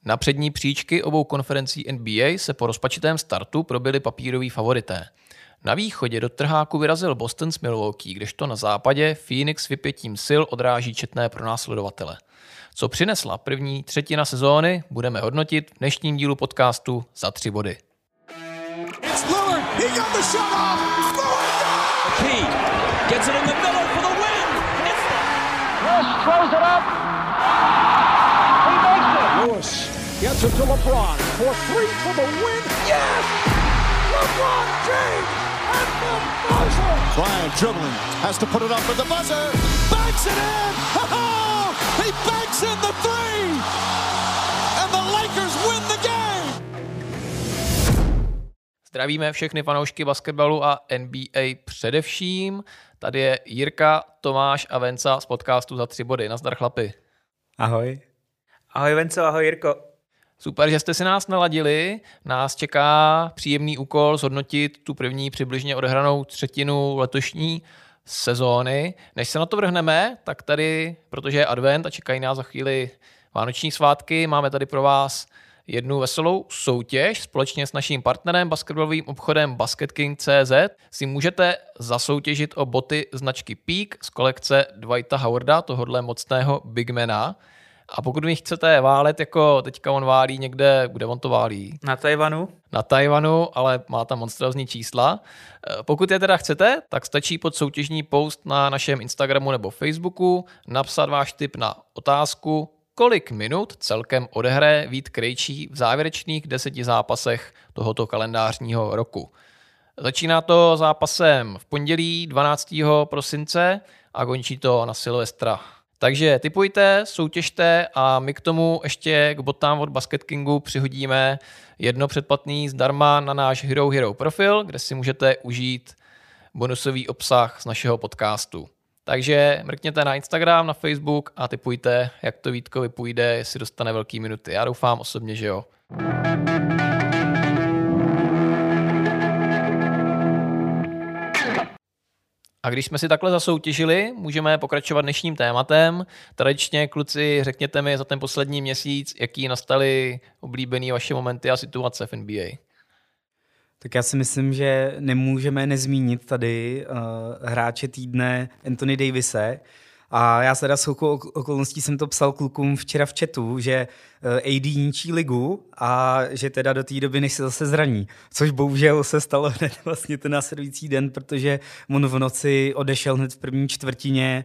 Na přední příčky obou konferencí NBA se po rozpačitém startu probili papíroví favorité. Na východě do trháku vyrazil Boston s Milwaukee, kdežto na západě Phoenix vypětím sil odráží četné pronásledovatele. Co přinesla první třetina sezóny, budeme hodnotit v dnešním dílu podcastu Za 3 body. Gets it to LeBron for 3 for the win. Yes! LeBron James at the buzzer! Bryant dribbling, has to put it up for the buzzer. Banks it in! Oh! He banks in the 3! And the Lakers win the game! Zdravíme všechny fanoušky basketbalu a NBA především. Tady je Jirka, Tomáš a Venca z podcastu Za 3 body. Nazdar chlapi. Ahoj. Ahoj Venco, ahoj Jirko. Super, že jste si nás naladili. Nás čeká příjemný úkol zhodnotit tu první přibližně odehranou třetinu letošní sezóny. Než se na to vrhneme, tak tady, protože je advent a čekají nás za chvíli vánoční svátky, máme tady pro vás jednu veselou soutěž. Společně s naším partnerem basketbalovým obchodem BasketKing.cz si můžete zasoutěžit o boty značky Peak z kolekce Dwighta Howarda, tohodle mocného bigmana. A pokud mi chcete válet, jako teďka on válí někde, kde on to válí? Na Tajvanu. Na Tajvanu, ale má tam monstrózní čísla. Pokud je teda chcete, tak stačí pod soutěžní post na našem Instagramu nebo Facebooku napsat váš tip na otázku, kolik minut celkem odehraje Vít Krejčí v závěrečných 10 zápasech tohoto kalendářního roku. Začíná to zápasem v pondělí 12. prosince a končí to na Silvestra. Takže tipujte, soutěžte a my k tomu ještě k botám od BasketKingu přihodíme jedno předplatný zdarma na náš Hero profil, kde si můžete užít bonusový obsah z našeho podcastu. Takže mrkněte na Instagram, na Facebook a tipujte, jak to Vítkovi půjde, jestli dostane velký minuty. Já doufám osobně, že jo. A když jsme si takhle zasoutěžili, můžeme pokračovat dnešním tématem. Tradičně, kluci, řekněte mi za ten poslední měsíc, jaký nastaly oblíbený vaše momenty a situace v NBA. Tak já si myslím, že nemůžeme nezmínit tady hráče týdne Anthony Davise. A já se teda shodou okolností jsem to psal klukům včera v chatu, že AD ničí ligu a že teda do té doby, než se zase zraní. Což bohužel se stalo hned vlastně ten následující den, protože on v noci odešel hned v první čtvrtině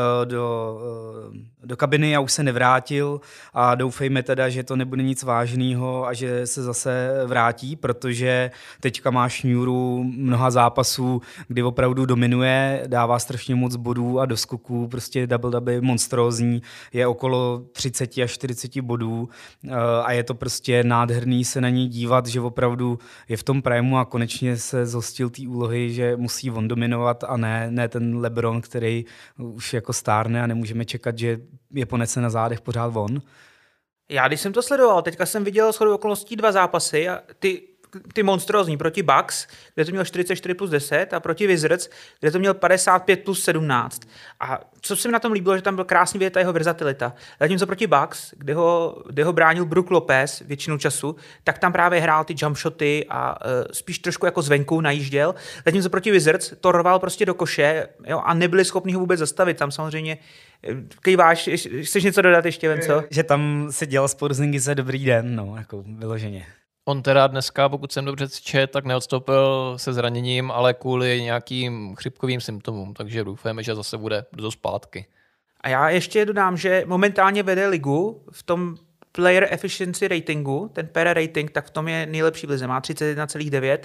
do kabiny a už se nevrátil a doufejme teda, že to nebude nic vážného a že se zase vrátí, protože teďka má šňůru mnoha zápasů, kdy opravdu dominuje, dává strašně moc bodů a doskoků, prostě double monstrózní, je okolo 30 až 40 bodů a je to prostě nádherný se na něj dívat, že opravdu je v tom primu a konečně se zhostil té úlohy, že musí on dominovat a ne ten LeBron, který už jako stárne a nemůžeme čekat, že je ponese na zádech pořád on. Já když jsem to sledoval, teďka jsem viděl shodou okolností 2 zápasy a ty monstrózní proti Bucks, kde to měl 44 plus 10 a proti Wizards, kde to měl 55 plus 17. A co se mi na tom líbilo, že tam byl krásný vidět ta jeho versatilita. Zatímco proti Bucks, kde ho bránil Brook Lopez většinu času, tak tam právě hrál ty jump shoty a spíš trošku jako zvenku najížděl. Zatímco proti Wizards to rval prostě do koše, jo, a nebyli schopni ho vůbec zastavit. Tam samozřejmě kýváš, chceš něco dodat ještě, Venco? Že tam se dělal z Porzingise dobrý den, no, jako vyloženě. On teda dneska, pokud jsem dobře četl, tak neodstoupil se zraněním, ale kvůli nějakým chřipkovým symptomům, takže doufáme, že zase bude brzo zpátky. A já ještě dodám, že momentálně vede ligu v tom player efficiency ratingu, ten PER rating, tak v tom je nejlepší v lize, má 31,9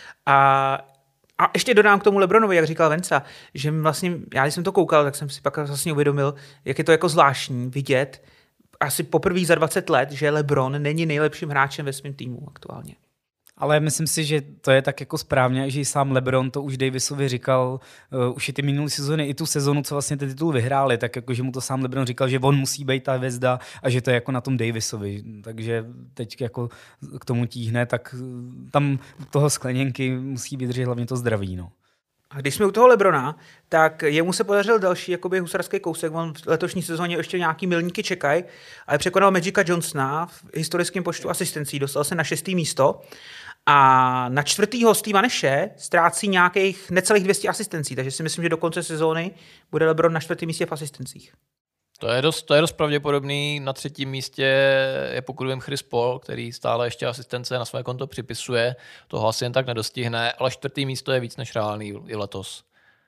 a ještě dodám k tomu LeBronovi, jak říkal Venca, že vlastně, já když jsem to koukal, tak jsem si pak vlastně uvědomil, jak je to jako zvláštní vidět, asi poprvé za 20 let, že LeBron není nejlepším hráčem ve svém týmu aktuálně. Ale myslím si, že to je tak jako správně, že i sám LeBron to už Davisovi říkal, už i ty minulé sezóny, i tu sezonu, co vlastně ty titul vyhráli, tak jako, že mu to sám LeBron říkal, že on musí být ta hvězda a že to je jako na tom Davisovi. Takže teď jako k tomu tíhne, tak tam toho skleněnky musí vydržet hlavně to zdraví. No. A když jsme u toho LeBrona, tak jemu se podařil další jakoby husarský kousek. On v letošní sezóně ještě nějaký milníky čekají, ale překonal Magica Johnsona v historickém počtu asistencí. Dostal se na 6. místo a na 4. Steva Nashe ztrácí nějakých necelých 200 asistencí, takže si myslím, že do konce sezóny bude LeBron na 4. místě v asistencích. To je dost pravděpodobný. Na 3. místě je, pokud vím, Chris Paul, který stále ještě asistence na své konto připisuje. Toho asi jen tak nedostihne, ale 4. místo je víc než reálný i letos.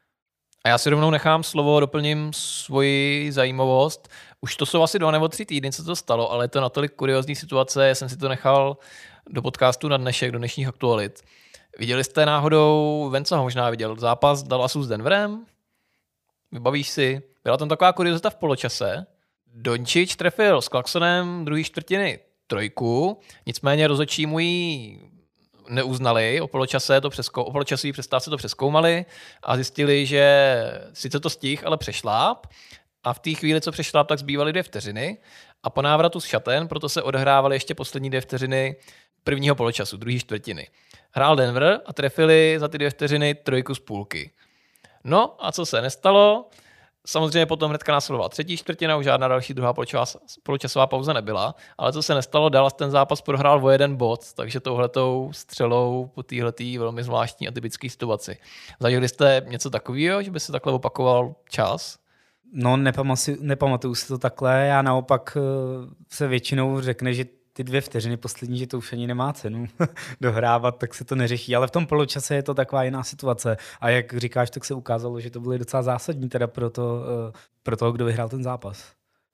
A já si rovnou nechám slovo, doplním svoji zajímavost. Už to jsou asi 2 nebo 3 týdny, co to stalo, ale je to natolik kuriózní situace, jsem si to nechal do podcastu na dnešek, do dnešních aktualit. Viděli jste náhodou, Vence ho možná viděl, zápas Dallasu s Denverem? Vybavíš si? Byla tam taková kuriozita v poločase. Doncic trefil s Clarksonem druhé čtvrtiny 3, nicméně rozhodčí mu ji neuznali, o poločasové přestávce to přezkoumali a zjistili, že sice to stih, ale přešláp a v té chvíli, co přešláp, tak zbývaly 2 vteřiny a po návratu z šaten, proto se odehrávaly ještě poslední 2 vteřiny prvního poločasu, druhé čtvrtiny. Hrál Denver a trefili za ty 2 vteřiny 3 z půlky. No a co se nestalo? Samozřejmě potom hnedka následovala 3. čtvrtina, už žádná další druhá poločasová pauza nebyla, ale co se nestalo, Dallas ten zápas prohrál o 1 bod, takže touhletou střelou po téhletý velmi zvláštní a typické situaci. Zažili jste něco takového, že by se takhle opakoval čas? No, nepamatuju si to takhle, já naopak se většinou řekne, že ty 2 vteřiny poslední, že to už ani nemá cenu dohrávat, tak se to neřeší. Ale v tom poločase je to taková jiná situace. A jak říkáš, tak se ukázalo, že to byly docela zásadní teda pro toho, kdo vyhrál ten zápas.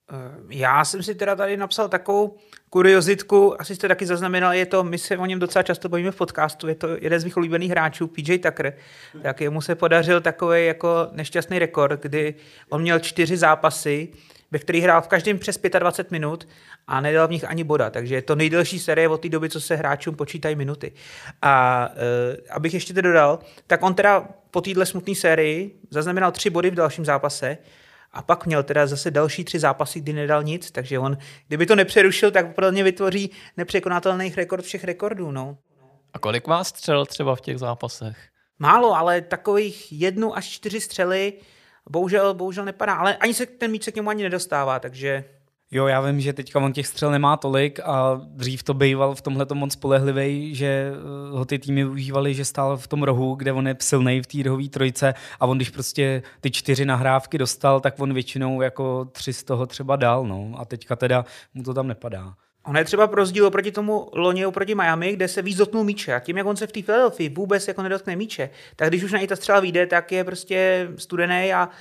Já jsem si teda tady napsal takovou kuriozitku, asi jste taky zaznamenali, my se o něm docela často bavíme v podcastu, je to jeden z mých oblíbených hráčů, PJ Tucker, tak jemu se podařil takový jako nešťastný rekord, kdy on měl 4 zápasy, ve kterých hrál v každém přes 25 minut a nedal v nich ani boda, takže je to nejdelší série od té doby, co se hráčům počítají minuty. A abych ještě to dodal, tak on teda po téhle smutné sérii zaznamenal 3 body v dalším zápase a pak měl teda zase další 3 zápasy, kdy nedal nic, takže on, kdyby to nepřerušil, tak opravdu vytvoří nepřekonatelný rekord všech rekordů. No. A kolik vás střel třeba v těch zápasech? Málo, ale takových 1 až 4 střely bohužel nepadá, ale ani se ten míč se k němu ani nedostává, takže... Jo, já vím, že teďka on těch střel nemá tolik a dřív to býval v tomhletom moc spolehlivej, že ho ty týmy užívali, že stál v tom rohu, kde on je silnej v té rohové trojce a on když prostě ty 4 nahrávky dostal, tak on většinou jako 3 z toho třeba dal, no a teďka teda mu to tam nepadá. On je třeba rozdíl oproti tomu loni oproti Miami, kde se víc dotknul míče a tím, jak on se v té Philadelphii vůbec jako nedotkne míče, tak když už na něj ta střela vyjde, tak je prostě studený a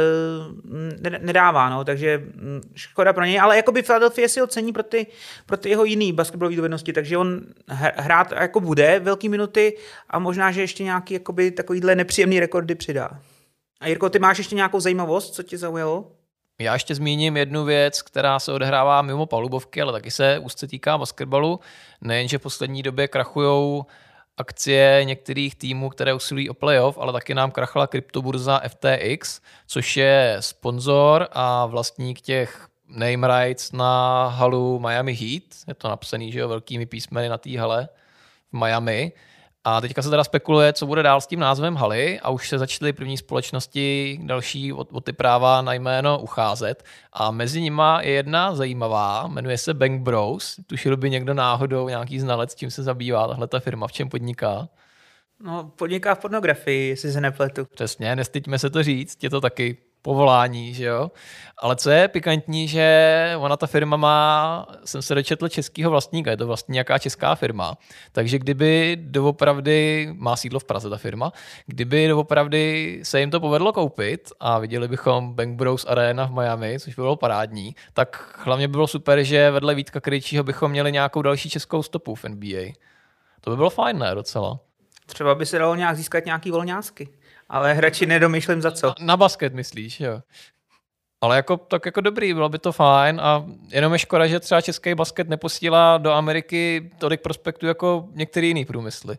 nedává, no, takže škoda pro něj, ale jakoby Philadelphia si ocení pro ty jeho jiný basketbalové dovednosti, takže on hrát jako bude velký minuty a možná, že ještě nějaký jakoby takovýhle nepříjemný rekordy přidá. A Jirko, ty máš ještě nějakou zajímavost, co tě zaujalo? Já ještě zmíním jednu věc, která se odehrává mimo palubovky, ale taky se úzce týká basketbalu. Nejenže v poslední době krachujou akcie některých týmů, které usilují o playoff, ale taky nám krachala kryptoburza FTX, což je sponzor a vlastník těch name rights na halu Miami Heat. Je to napsaný, že jo, velkými písmeny na té hale v Miami. A teďka se teda spekuluje, co bude dál s tím názvem haly a už se začaly první společnosti další o ty práva na jméno ucházet. A mezi nima je jedna zajímavá, jmenuje se Bank Bros. Tušil by někdo náhodou, nějaký znalec, čím se zabývá tahle ta firma, v čem podniká? No, podniká v pornografii, jestli se nepletu. Přesně, nestyďme se to říct, je to taky povolání, že jo? Ale co je pikantní, že ona ta firma má, jsem se dočetl, českýho vlastníka, je to vlastně nějaká česká firma, takže kdyby doopravdy, má sídlo v Praze ta firma, kdyby doopravdy se jim to povedlo koupit a viděli bychom Bank Bros Arena v Miami, což by bylo parádní, tak hlavně by bylo super, že vedle Vítka Krejčího bychom měli nějakou další českou stopu v NBA. To by bylo fajn, ne, docela. Třeba by se dalo nějak získat nějaký volňásky. Ale hradši nedomýšlím za co. Na basket myslíš, jo. Ale tak jako dobrý, bylo by to fajn a jenom je škoda, že třeba český basket neposílá do Ameriky tolik prospektů jako některý jiný průmysly.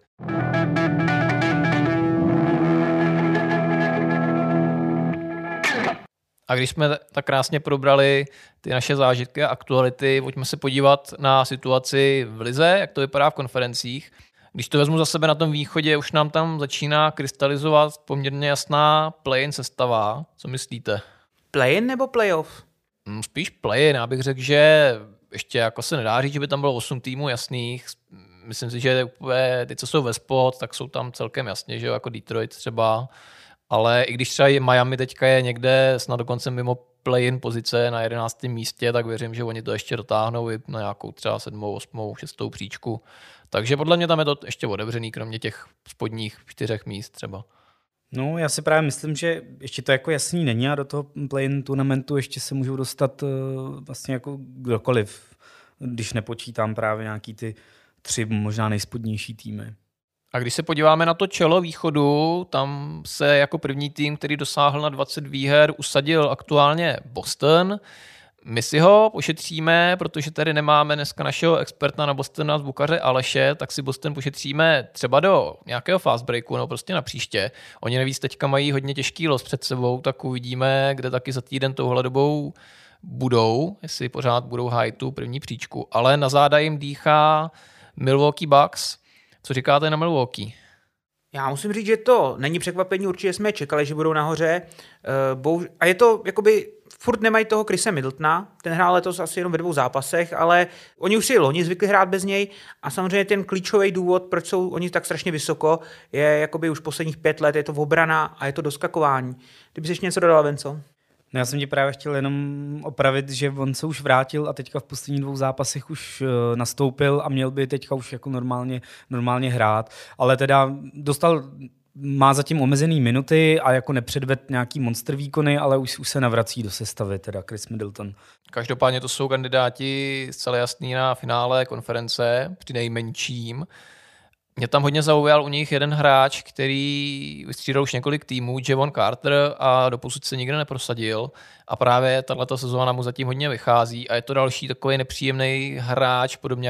A když jsme tak krásně probrali ty naše zážitky a aktuality, pojďme se podívat na situaci v lize, jak to vypadá v konferencích. Když to vezmu za sebe na tom východě, už nám tam začíná krystalizovat poměrně jasná play-in sestava. Co myslíte? Play-in nebo playoff? Spíš play-in. Já bych řekl, že ještě jako se nedá říct, že by tam bylo 8 týmů jasných. Myslím si, že ty, co jsou ve spod, tak jsou tam celkem jasně, že jo, jako Detroit třeba. Ale i když třeba Miami teďka je někde snad dokonce mimo play-in pozice na 11. místě, tak věřím, že oni to ještě dotáhnou i na nějakou třeba 7., 8., 6. příčku. Takže podle mě tam je to ještě otevřený, kromě těch spodních 4 míst třeba. No, já si právě myslím, že ještě to jako jasný není a do toho play-in turnamentu ještě se můžou dostat vlastně jako kdokoliv, když nepočítám právě nějaký ty 3 možná nejspodnější týmy. A když se podíváme na to čelo východu, tam se jako první tým, který dosáhl na 20 výher, usadil aktuálně Boston. My si ho pošetříme, protože tady nemáme dneska našeho experta na Bostona z Bukaře Aleše, tak si Boston pošetříme třeba do nějakého fast breaku, no prostě na příště. Oni navíc teďka mají hodně těžký los před sebou, tak uvidíme, kde taky za týden touhle dobou budou, jestli pořád budou hájit tu první příčku. Ale na záda jim dýchá Milwaukee Bucks. Co říkáte na Milwaukee? Já musím říct, že to není překvapení, určitě jsme čekali, že budou nahoře. A je to, jakoby, furt nemají toho Chrisse Middletona, ten hrál letos asi jenom ve 2 zápasech, ale oni už si loni zvykli hrát bez něj a samozřejmě ten klíčový důvod, proč jsou oni tak strašně vysoko, je jakoby už posledních 5 let, je to obrana a je to doskakování. Ty bys ještě něco dodal, Venco? No, já jsem ti právě chtěl jenom opravit, že on se už vrátil a teďka v posledních 2 zápasech už nastoupil a měl by teďka už jako normálně hrát, ale teda má zatím omezený minuty a jako nepředved nějaký monster výkony, ale už se navrací do sestavy, teda Chris Middleton. Každopádně to jsou kandidáti zcela jasný na finále konference, při nejmenším. Mě tam hodně zaujal u nich jeden hráč, který vystřídal už několik týmů, Javon Carter, a doposud se nikde neprosadil. A právě tato sezóna mu zatím hodně vychází a je to další takový nepříjemný hráč, podobně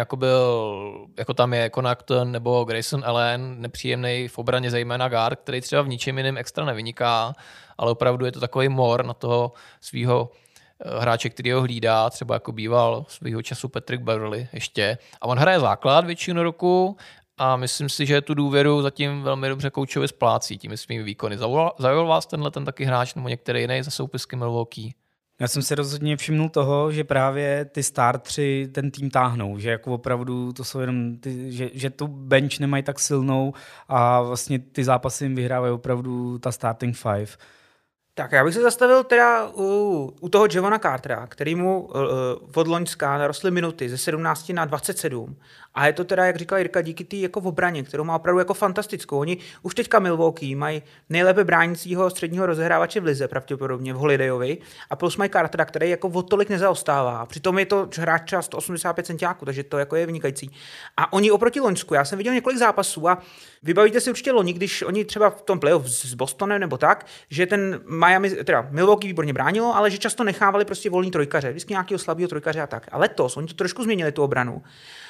jako tam je Connaughton nebo Grayson Allen, nepříjemný v obraně zejména guard, který třeba v ničem jiném extra nevyniká, ale opravdu je to takový mor na toho svého hráče, který ho hlídá, třeba jako býval svýho času Patrick Beverley ještě. A on hraje základ většinu roku a myslím si, že tu důvěru zatím velmi dobře koučovi splácí těmi svými výkony. Zaujal vás ten taky hráč nebo některý jiný za soupisky Milwaukee? Já jsem si rozhodně všimnul toho, že právě ty startři ten tým táhnou, že jako opravdu to jsou jenom že tu bench nemají tak silnou a vlastně ty zápasy jim vyhrávají opravdu ta starting five. Tak já bych se zastavil teda u toho Javona Cartera, který mu od loňska narostly minuty ze 17 na 27. A je to teda, jak říkal Jirka, díky té jako obraně, kterou má opravdu jako fantastickou. Oni už teďka Milwaukee mají nejlépe bránícího středního rozehrávače v lize, pravděpodobně v Holidayovi, a plus mají Cartera, který jako o tolik nezaostává. Přitom je to hráč třeba 185 centiáků, takže to jako je vynikající. A oni oproti loňsku, já jsem viděl několik zápasů a vybavíte si určitě loni, když oni třeba v tom playoff s Bostonem nebo tak, že ten Milwaukee výborně bránilo, ale že často nechávali prostě volný trojkaře, vždycky nějakého slabého trojkaře a tak. A letos oni to trošku změnili, tu obranu.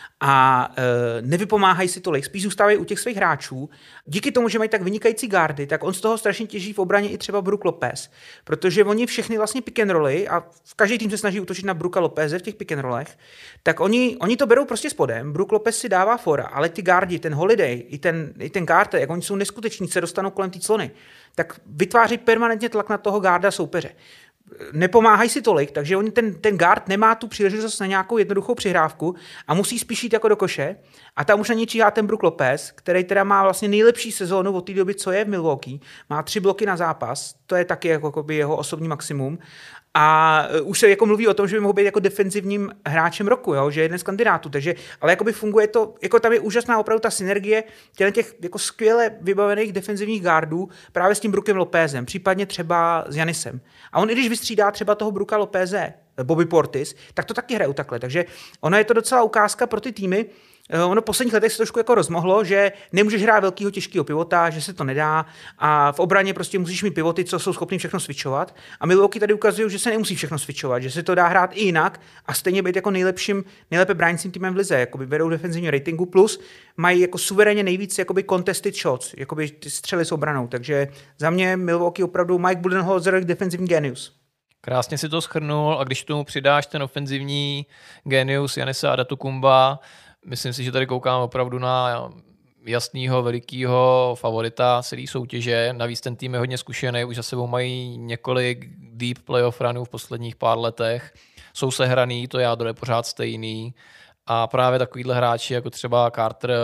A nevypomáhají si tolik, spíš zůstávají u těch svých hráčů. Díky tomu, že mají tak vynikající gardy, tak on z toho strašně těží v obraně i třeba Brook Lopez, protože oni všechny vlastně pick and rolly, a každý tým se snaží útočit na Brooka Lopeze v těch pick and rollech, tak oni to berou prostě spodem, Brook Lopez si dává fora, ale ty gardi, ten Holiday, i ten Carter, jak oni jsou neskuteční, se dostanou kolem té clony, tak vytváří permanentně tlak na toho garda soupeře. Nepomáhají si tolik, takže ten guard nemá tu příležitost na nějakou jednoduchou přihrávku a musí spíš jít jako do koše. A tam už na něj číhá ten Brook Lopez, který teda má vlastně nejlepší sezónu od té doby, co je v Milwaukee. Má 3 bloky na zápas, to je taky jako jeho osobní maximum. A už se jako mluví o tom, že by mohl být jako defenzivním hráčem roku, jo? Že je jeden z kandidátů, takže, ale jakoby funguje to, jako tam je úžasná opravdu ta synergie těch jako skvěle vybavených defenzivních guardů právě s tím Brookem Lopezem, případně třeba s Giannisem. A on i když vystřídá třeba toho Brooka Lopeze, Bobby Portis, tak to taky hrajou takhle, takže ono je to docela ukázka pro ty týmy. Ono v posledních letech se trošku jako rozmohlo, že nemůžeš hrát velkého těžkého pivota, že se to nedá a v obraně prostě musíš mít pivoty, co jsou schopní všechno switchovat. A Milwaukee tady ukazují, že se nemusí všechno switchovat, že se to dá hrát i jinak a stejně být jako nejlépe bránícím týmem v lize, jakoby vedou defenzivní ratingu, plus mají jako suverénně nejvíc jakoby contested shots, jakoby ty střely s obranou. Takže za mě Milwaukee opravdu Mike Budenholzer defenzivní genius. Krásně si to shrnul a když tomu přidáš ten ofenzivní genius Giannisa Antetokounmpa, myslím si, že tady koukám opravdu na jasného velikého favorita celé soutěže. Navíc ten tým je hodně zkušený, už za sebou mají několik deep playoff runů v posledních pár letech. Jsou sehraný, to jádro je pořád stejný a právě takovýhle hráči jako třeba Carter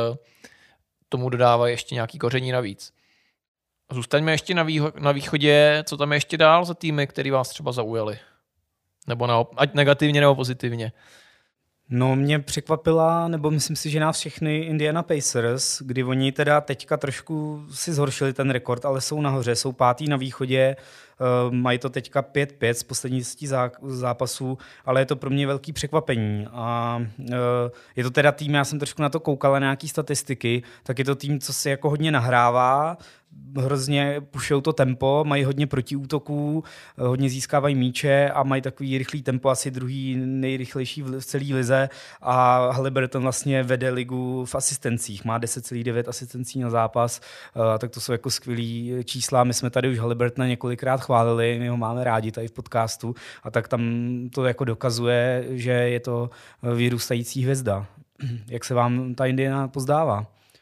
tomu dodávají ještě nějaký koření navíc. Zůstaňme ještě na východě, co tam je ještě dál za týmy, který vás třeba zaujaly? Nebo ať negativně nebo pozitivně. No, mě překvapila, nebo myslím si, že nás všechny Indiana Pacers, kdy oni teda teďka trošku si zhoršili ten rekord, ale jsou nahoře, jsou pátý na východě, mají to teďka 5-5 z posledních 10 zápasů, ale je to pro mě velký překvapení. A je to teda tým, já jsem trošku na to koukal na nějaký statistiky, tak je to tým, co si jako hodně nahrává, hrozně pušujou to tempo, mají hodně protiútoků, hodně získávají míče a mají takový rychlý tempo, asi druhý nejrychlejší v celé lize a Haliburton vlastně vede ligu v asistencích, má 10,9 asistencí na zápas, tak to jsou jako skvělý čísla. My jsme tady už Haliburtona několikrát chválili, my ho máme rádi tady v podcastu a tak tam to jako dokazuje, že je to vyrůstající hvězda. Jak se vám ta Indiana pozdává?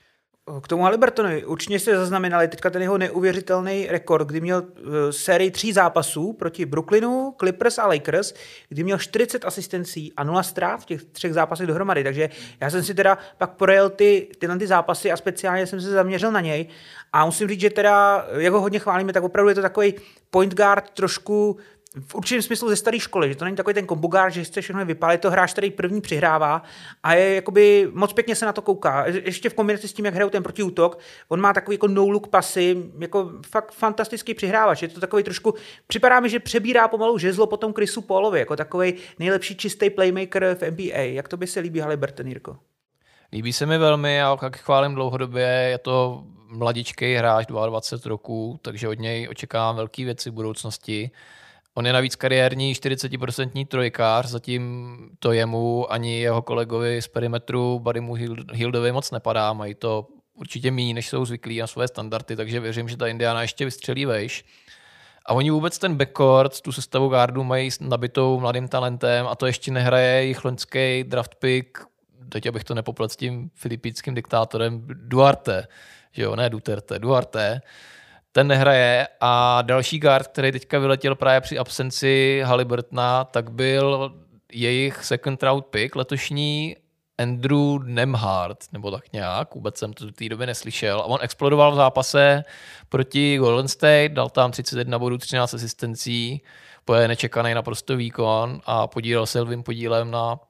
K tomu Haliburtonovi určitě jste zaznamenali teďka ten jeho neuvěřitelný rekord, kdy měl sérii 3 zápasů proti Brooklynu, Clippers a Lakers, kdy měl 40 asistencí a 0 ztrát v těch 3 zápasech dohromady. Takže já jsem si teda pak projel tyhle zápasy a speciálně jsem se zaměřil na něj a musím říct, že teda, jak ho hodně chválíme, tak opravdu je to takový point guard trošku v určitém smyslu ze staré školy, že to není takový ten kombogár, že chce všechno vypálit, to hráč, který první přihrává a je jakoby moc pěkně se na to kouká. Ještě v kombinaci s tím, jak hrajou ten protiútok, on má takový jako no-look pasy, jako fakt fantastický přihrávač. Je to takový trošku, připadá mi, že přebírá pomalu žezlo potom Chrisu Paulovi, jako takový nejlepší čistý playmaker v NBA. Jak to by se líbí Haliburton, Jirko? Líbí se mi velmi a jak chválím dlouhodobě, je to mladičkej hráč, 22 roků, takže od něj očekávám velké věci v budoucnosti. On je navíc kariérní 40% trojkář, zatím to jemu ani jeho kolegovi z perimetru Buddymu Hieldovi moc nepadá, mají to určitě méně, než jsou zvyklí na své standardy, takže věřím, že ta Indiana ještě vystřelí vejš. A oni vůbec ten backcourt, tu sestavu guardu mají nabitou mladým talentem a to ještě nehraje jejich loňský draft pick, teď abych to nepoplet s tím filipínským diktátorem Duarte, že jo, ne Duterte, Duarte. Ten nehraje a další guard, který teďka vyletěl právě při absenci Haliburtona, tak byl jejich second round pick letošní Andrew Nembhard, nebo tak nějak, vůbec jsem to do té doby neslyšel. A on explodoval v zápase proti Golden State, dal tam 31 bodů, 13 asistencí, je nečekaný naprosto výkon a podílel se lvým podílem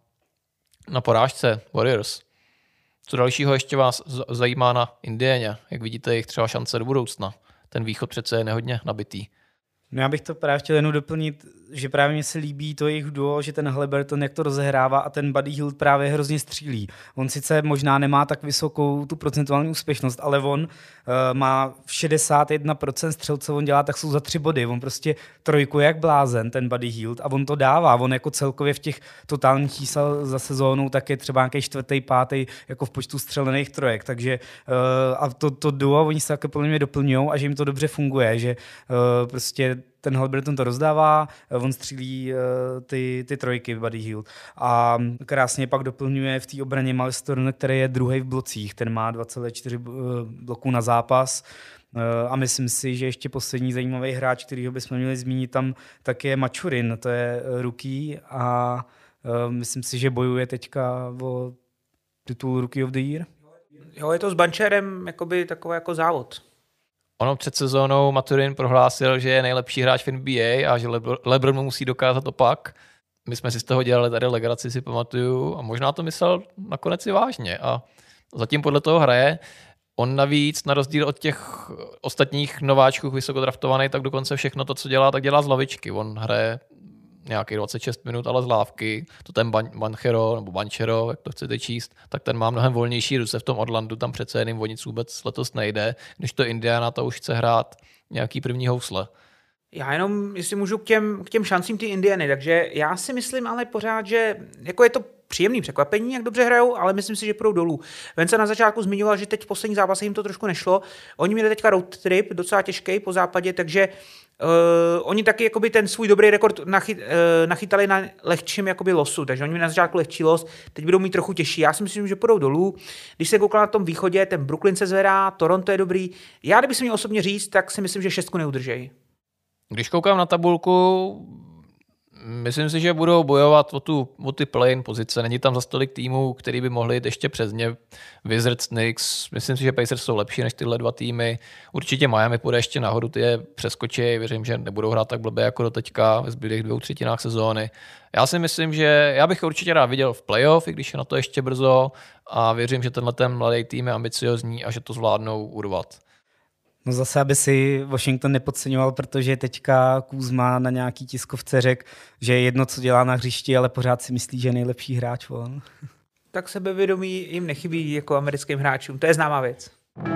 na porážce Warriors. Co dalšího ještě vás zajímá na Indianě? Jak vidíte jejich třeba šance do budoucna? Ten východ přece je nehodně nabitý. No já bych to právě chtěl jenom doplnit, že právě mně se líbí to jejich duo, že ten Haliburton jak to rozehrává a ten Buddy Hield právě hrozně střílí. On sice možná nemá tak vysokou tu procentuální úspěšnost, ale on má 61% střel, co on dělá, tak jsou za 3 body. On prostě trojkuje jak blázen, ten Buddy Hield, a on to dává. On jako celkově v těch totálních čísel za sezónu tak je třeba nějaký 4., 5. jako v počtu střelených trojek. Takže a to duo, oni se také podle mě doplňují a že jim to dobře funguje, že prostě ten Haliburton to rozdává, on střílí ty trojky, Buddy Hield. A krásně pak doplňuje v té obraně Miles Turner, který je druhý v blocích, ten má 2,4 bloků na zápas. A myslím si, že ještě poslední zajímavý hráč, kterýho bychom měli zmínit tam, tak je Machurin, to je rookie a myslím si, že bojuje teďka o titul Rookie of the Year. Jo, je to s Bancherem jakoby takový jako závod. Ono před sezónou Maturin prohlásil, že je nejlepší hráč v NBA a že LeBron mu musí dokázat opak. My jsme si z toho dělali tady legraci, si pamatuju, a možná to myslel nakonec i vážně. A zatím podle toho hraje. On navíc, na rozdíl od těch ostatních nováčků vysokodraftovaných, tak dokonce všechno to, co dělá, tak dělá z lavičky. On hraje nějakých 26 minut, ale z lávky. To ten Banchero, jak to chcete číst, tak ten má mnohem volnější ruce v tom Orlandu, tam přece jenom o nic vůbec letos nejde, když to Indiana to už chce hrát nějaký první housle. Já jenom, jestli můžu k těm šancím ty Indiany, takže já si myslím ale pořád, že jako je to příjemný překvapení, jak dobře hrajou, ale myslím si, že půjdou dolů. Vence na začátku zmiňoval, že teď v poslední zápase jim to trošku nešlo. Oni měli teďka road trip, docela těžký po západě, takže oni taky jakoby ten svůj dobrý rekord nachytali na lehčím jakoby losu, takže oni měli na začátku lehčí los, teď budou mít trochu těžší. Já si myslím, že půjdou dolů. Když se koukal na tom východě, ten Brooklyn se zvedá, Toronto je dobrý. Já, kdyby se měl osobně říct, tak si myslím, že 6 neudržejí. Když koukám na tabulku, myslím si, že budou bojovat o ty play-in pozice. Není tam zas tolik týmů, který by mohli jít ještě přes ně. Wizards, Knicks, myslím si, že Pacers jsou lepší než tyhle dva týmy. Určitě Miami půjde ještě nahoru, ty je přeskočí. Věřím, že nebudou hrát tak blbě jako do teďka ve zbylých 2/3 sezóny. Já si myslím, že já bych určitě rád viděl v playoff, i když je na to ještě brzo, a věřím, že tenhle ten mladý tým je ambiciozní a že to zvládnou urvat. No zase, aby si Washington nepodceňoval, protože teďka Kuzma na nějaký tiskovce řekl, že je jedno, co dělá na hřišti, ale pořád si myslí, že je nejlepší hráč on. Tak sebevědomí jim nechybí jako americkým hráčům. To je známá věc.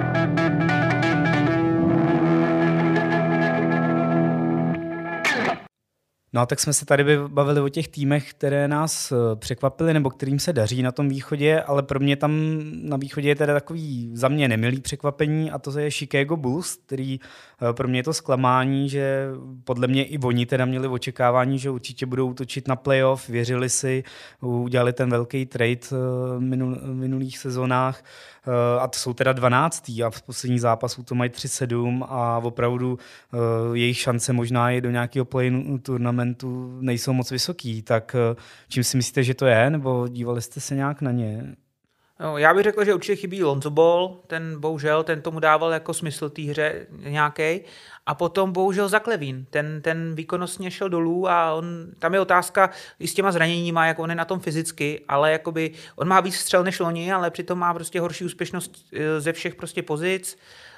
No, tak jsme se tady bavili o těch týmech, které nás překvapily nebo kterým se daří na tom východě, ale pro mě tam na východě je teda takový za mě nemilý překvapení a to je Chicago Bulls, který pro mě je to zklamání, že podle mě i oni teda měli očekávání, že určitě budou útočit na playoff, věřili si, udělali ten velký trade v minulých sezónách a to jsou teda 12. a v posledních zápasů to mají 3-7 a opravdu jejich šance možná i do nějakého play-in turnamentu nejsou moc vysoký, tak čím si myslíte, že to je, nebo dívali jste se nějak na ně? No, já bych řekl, že určitě chybí Lonzo Ball, ten bohužel, ten tomu dával jako smysl té hře nějaký. A potom bohužel Zach LaVine, ten výkonnostně šel dolů a tam je otázka i s těma zraněníma, jak on je na tom fyzicky, ale jakoby on má víc střel než loni, ale přitom má prostě horší úspěšnost ze všech prostě pozic.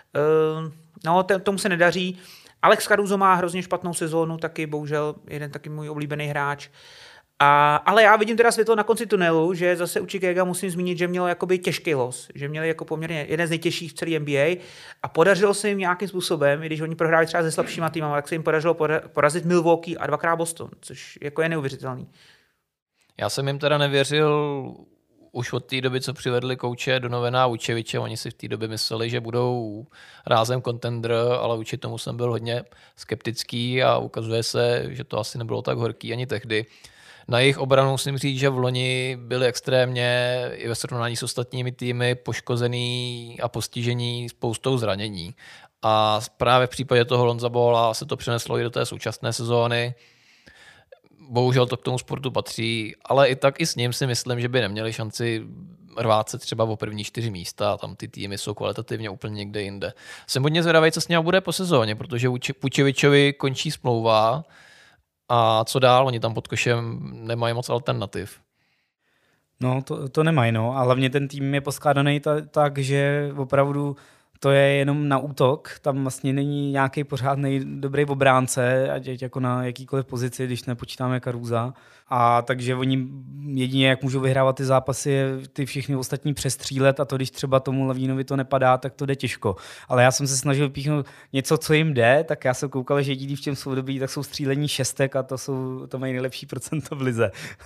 No, tomu se nedaří. Alex Caruso má hrozně špatnou sezónu, taky bohužel jeden taky můj oblíbený hráč. Ale já vidím teda světlo na konci tunelu, že zase u Chicaga musím zmínit, že mělo jakoby těžký los, že měli jako poměrně jeden z nejtěžších v celé NBA a podařilo se jim nějakým způsobem, i když oni prohráli třeba se slabšíma týmama, tak se jim podařilo porazit Milwaukee a 2x Boston, což jako je neuvěřitelný. Já jsem jim teda nevěřil už od té doby, co přivedli kouče Donovana Vučeviče. Oni si v té době mysleli, že budou rázem contender, ale vůči tomu jsem byl hodně skeptický a ukazuje se, že to asi nebylo tak horký ani tehdy. Na jejich obranu musím říct, že v loni byli extrémně i ve srovnání s ostatními týmy poškozený a postižení spoustou zranění. A právě v případě toho Lonza Balla se to přeneslo i do té současné sezóny. Bohužel to k tomu sportu patří, ale i tak i s ním si myslím, že by neměli šanci rvát se třeba o první 4 místa a tam ty týmy jsou kvalitativně úplně někde jinde. Jsem hodně zvědavý, co s ním bude po sezóně, protože Vučevičovi končí smlouva a co dál, oni tam pod košem nemají moc alternativ. No, to nemají, no. A hlavně ten tým je poskládaný tak, že opravdu to je jenom na útok, tam vlastně není nějaký pořádný dobrý obránce, ať jako na jakýkoliv pozici, když nepočítáme Carusa. A takže oni jedině, jak můžou vyhrávat ty zápasy, je ty všichni ostatní přestřílet a to, když třeba tomu Lavínovi to nepadá, tak to jde těžko. Ale já jsem se snažil vypíchnout něco, co jim jde, tak já jsem koukal, že jediný v čem jsou dobrý, tak jsou střílení šestek a to mají nejlepší procento v lize.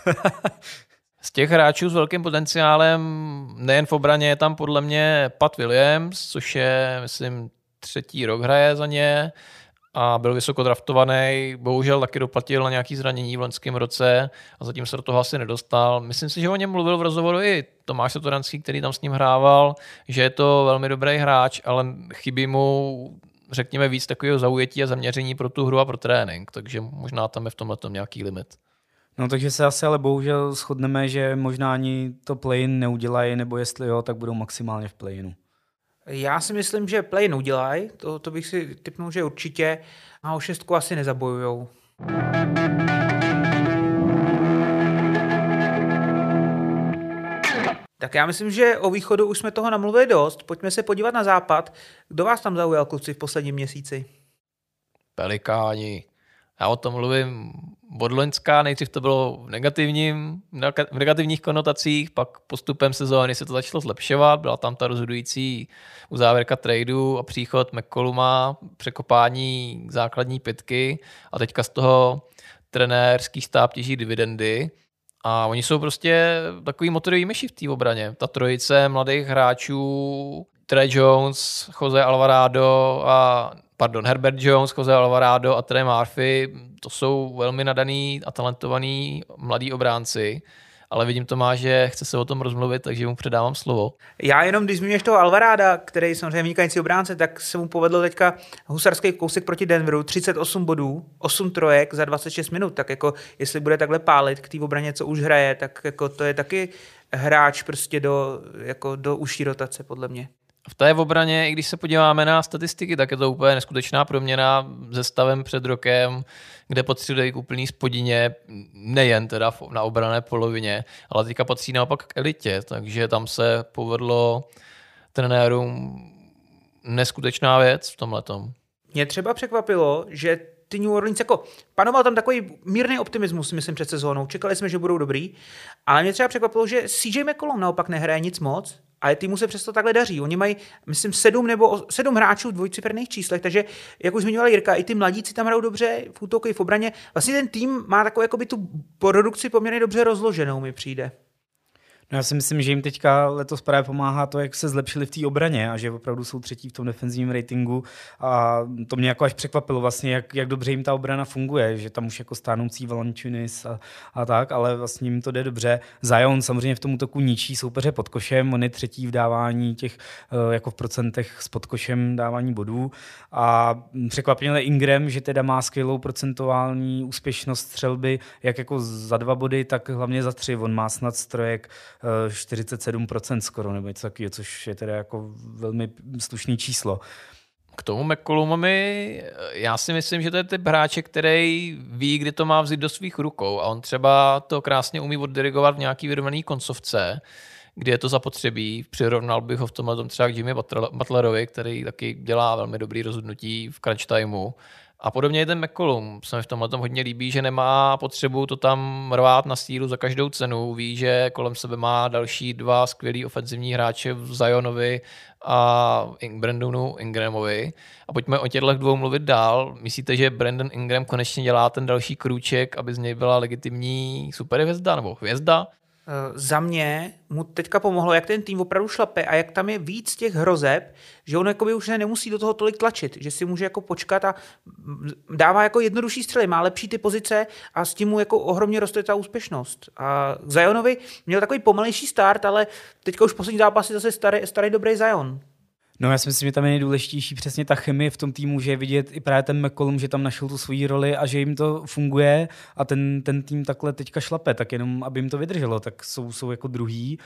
Z těch hráčů s velkým potenciálem, nejen v obraně, je tam podle mě Pat Williams, což je, myslím, 3. rok hraje za ně a byl vysoko draftovaný. Bohužel taky doplatil na nějaké zranění v loňském roce a zatím se do toho asi nedostal. Myslím si, že o něm mluvil v rozhovoru i Tomáš Satoranský, který tam s ním hrával, že je to velmi dobrý hráč, ale chybí mu, řekněme, víc takového zaujetí a zaměření pro tu hru a pro trénink, takže možná tam je v tomhletom nějaký limit. No takže se asi ale bohužel shodneme, že možná ani to play-in neudělají, nebo jestli jo, tak budou maximálně v play-inu. Já si myslím, že play-in udělají, to bych si tipnul, že určitě, a o 6 asi nezabojujou. Tak já myslím, že o východu už jsme toho namluvili dost, pojďme se podívat na západ. Kdo vás tam zaujal, kluci, v posledním měsíci? Pelikáni. Já o tom mluvím od loňska, nejdřív to bylo v negativních konotacích, pak postupem sezóny se to začalo zlepšovat, byla tam ta rozhodující uzávěrka tradu a příchod McColluma, překopání základní 5 a teďka z toho trenérský štáb těží dividendy A oni jsou prostě takový motorový myši v té obraně. Ta trojice mladých hráčů, Trey Jones, Herbert Jones, Jose Alvarado a Trey Murphy, to jsou velmi nadaný a talentovaný mladí obránci. Ale vidím Tomáš, že chce se o tom rozmluvit, takže mu předávám slovo. Já jenom, když zmíníš toho Alvaráda, který samozřejmě vynikající obránce, tak se mu povedlo teďka husarský kousek proti Denveru, 38 bodů, 8 trojek za 26 minut, tak jako jestli bude takhle pálit k té obraně, co už hraje, tak jako to je taky hráč prostě do užší rotace, podle mě. V té obraně, i když se podíváme na statistiky, tak je to úplně neskutečná proměna se stavem před rokem, kde potřebuje k úplný spodině, nejen teda na obranné polovině, ale teďka patří naopak k elitě, takže tam se povedlo trenérům neskutečná věc v tomhletom. Mě třeba překvapilo, že ty New Orleans, jako panoval tam takový mírný optimismus, myslím, před sezónou. Čekali jsme, že budou dobrý, ale mě třeba překvapilo, že CJ McCollum naopak nehraje nic moc, ale týmu se přesto takhle daří. Oni mají, myslím, 7 hráčů v dvojciferných číslech, takže, jak už zmiňoval Jirka, i ty mladíci tam hrajou dobře v útoku i v obraně. Vlastně ten tým má takovou jakoby tu produkci poměrně dobře rozloženou, mi přijde. No já si myslím, že jim teďka letos právě pomáhá to, jak se zlepšili v té obraně a že opravdu jsou třetí v tom defenzivním ratingu a to mě jako až překvapilo vlastně, jak dobře jim ta obrana funguje, že tam už jako stánoucí Valanciunas a tak, ale vlastně jim to jde dobře. Zion samozřejmě v tom útoku ničí soupeře pod košem, on je třetí v dávání těch jako v procentech s pod košem dávání bodů a překvapil Ingram, že teda má skvělou procentuální úspěšnost střelby, jak jako za 2 body, tak hlavně za 3. On má snad strojek 47% skoro, nebo něco takového, což je teda jako velmi slušný číslo. K tomu McCollumovi, já si myslím, že to je typ hráče, který ví, kdy to má vzít do svých rukou a on třeba to krásně umí oddirigovat v nějaký vyrovnaný koncovce, kdy je to zapotřebí. Přirovnal bych ho v tomhle třeba k Jimmy Butlerovi, který taky dělá velmi dobrý rozhodnutí v crunch timeu. A podobně je ten McCollum. Se mi v tomhle hodně líbí, že nemá potřebu to tam rvát na sílu za každou cenu. Ví, že kolem sebe má další 2 skvělý ofenzivní hráče v Zionovi a Brandonu Ingramovi. A pojďme o těchto 2 mluvit dál. Myslíte, že Brandon Ingram konečně dělá ten další krůček, aby z něj byla legitimní superhvězda nebo hvězda? Za mě mu teďka pomohlo, jak ten tým opravdu šlape a jak tam je víc těch hrozeb, že on jakoby už nemusí do toho tolik tlačit, že si může jako počkat a dává jako jednodušší střely, má lepší ty pozice a s tím mu jako ohromně roste ta úspěšnost. A Zionovi měl takový pomalejší start, ale teďka už poslední zápasy zase starý dobrý Zion. No já si myslím, že tam je nejdůležitější přesně ta chemie v tom týmu, že je vidět i právě ten McCollum, že tam našel tu svoji roli a že jim to funguje a ten tým takhle teďka šlape, tak jenom aby jim to vydrželo, tak jsou jako druhý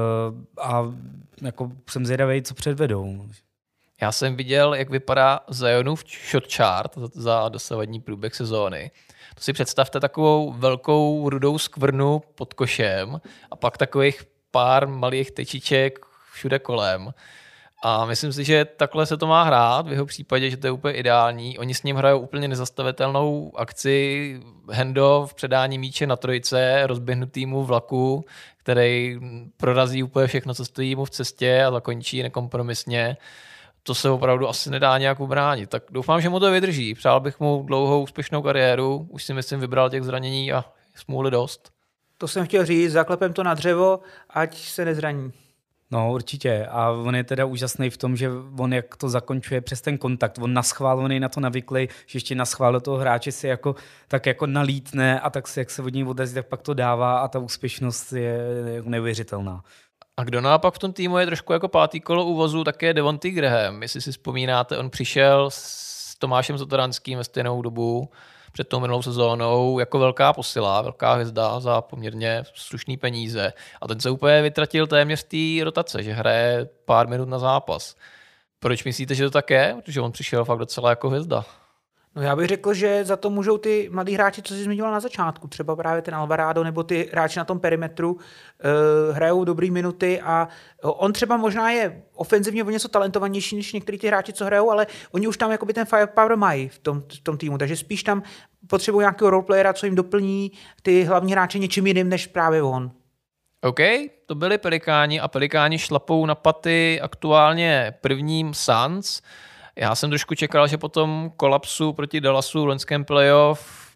a jako jsem zvědavej, co předvedou. Já jsem viděl, jak vypadá Zionův shot chart za dosavadní průběh sezóny. To si představte takovou velkou rudou skvrnu pod košem a pak takových pár malých tečiček všude kolem. A myslím si, že takhle se to má hrát, v jeho případě, že to je úplně ideální. Oni s ním hrajou úplně nezastavitelnou akci, handoff, předání míče na trojce, rozběhnutýmu vlaku, který prorazí úplně všechno, co stojí mu v cestě a zakončí nekompromisně. To se opravdu asi nedá nějak ubránit. Tak doufám, že mu to vydrží. Přál bych mu dlouhou úspěšnou kariéru. Už si myslím vybral těch zranění a smůly dost. To jsem chtěl říct, zaklepem to na dřevo, ať se nezraní. No určitě a on je teda úžasný v tom, že on jak to zakončuje přes ten kontakt, on naschvál, on je na to navyklý, že ještě naschvál do toho hráče si jako, tak jako nalítne a tak si, jak se od něj odrazí, tak pak to dává a ta úspěšnost je neuvěřitelná. A kdo naopak v tom týmu je trošku jako pátý kolo úvozu, tak je Devontae Graham. Jestli si vzpomínáte, on přišel s Tomášem Zatoranským ve stejnou dobu před tou minulou sezónou jako velká posila, velká hvězda za poměrně slušný peníze. A ten se úplně vytratil téměř z té rotace, že hraje pár minut na zápas. Proč myslíte, že to tak je? Protože on přišel fakt docela jako hvězda. No já bych řekl, že za to můžou ty mladí hráči, co jsi zmiňoval na začátku, třeba právě ten Alvarado nebo ty hráči na tom perimetru hrajou dobrý minuty a on třeba možná je ofenzivně o něco talentovanější než některý ty hráči, co hrajou, ale oni už tam jakoby ten firepower mají v tom týmu, takže spíš tam potřebují nějakého roleplayera, co jim doplní ty hlavní hráče něčím jiným než právě on. OK, to byli Pelikáni a Pelikáni šlapou na paty aktuálně prvním Suns. Já jsem trošku čekal, že po tom kolapsu proti Dallasu v loňském playoff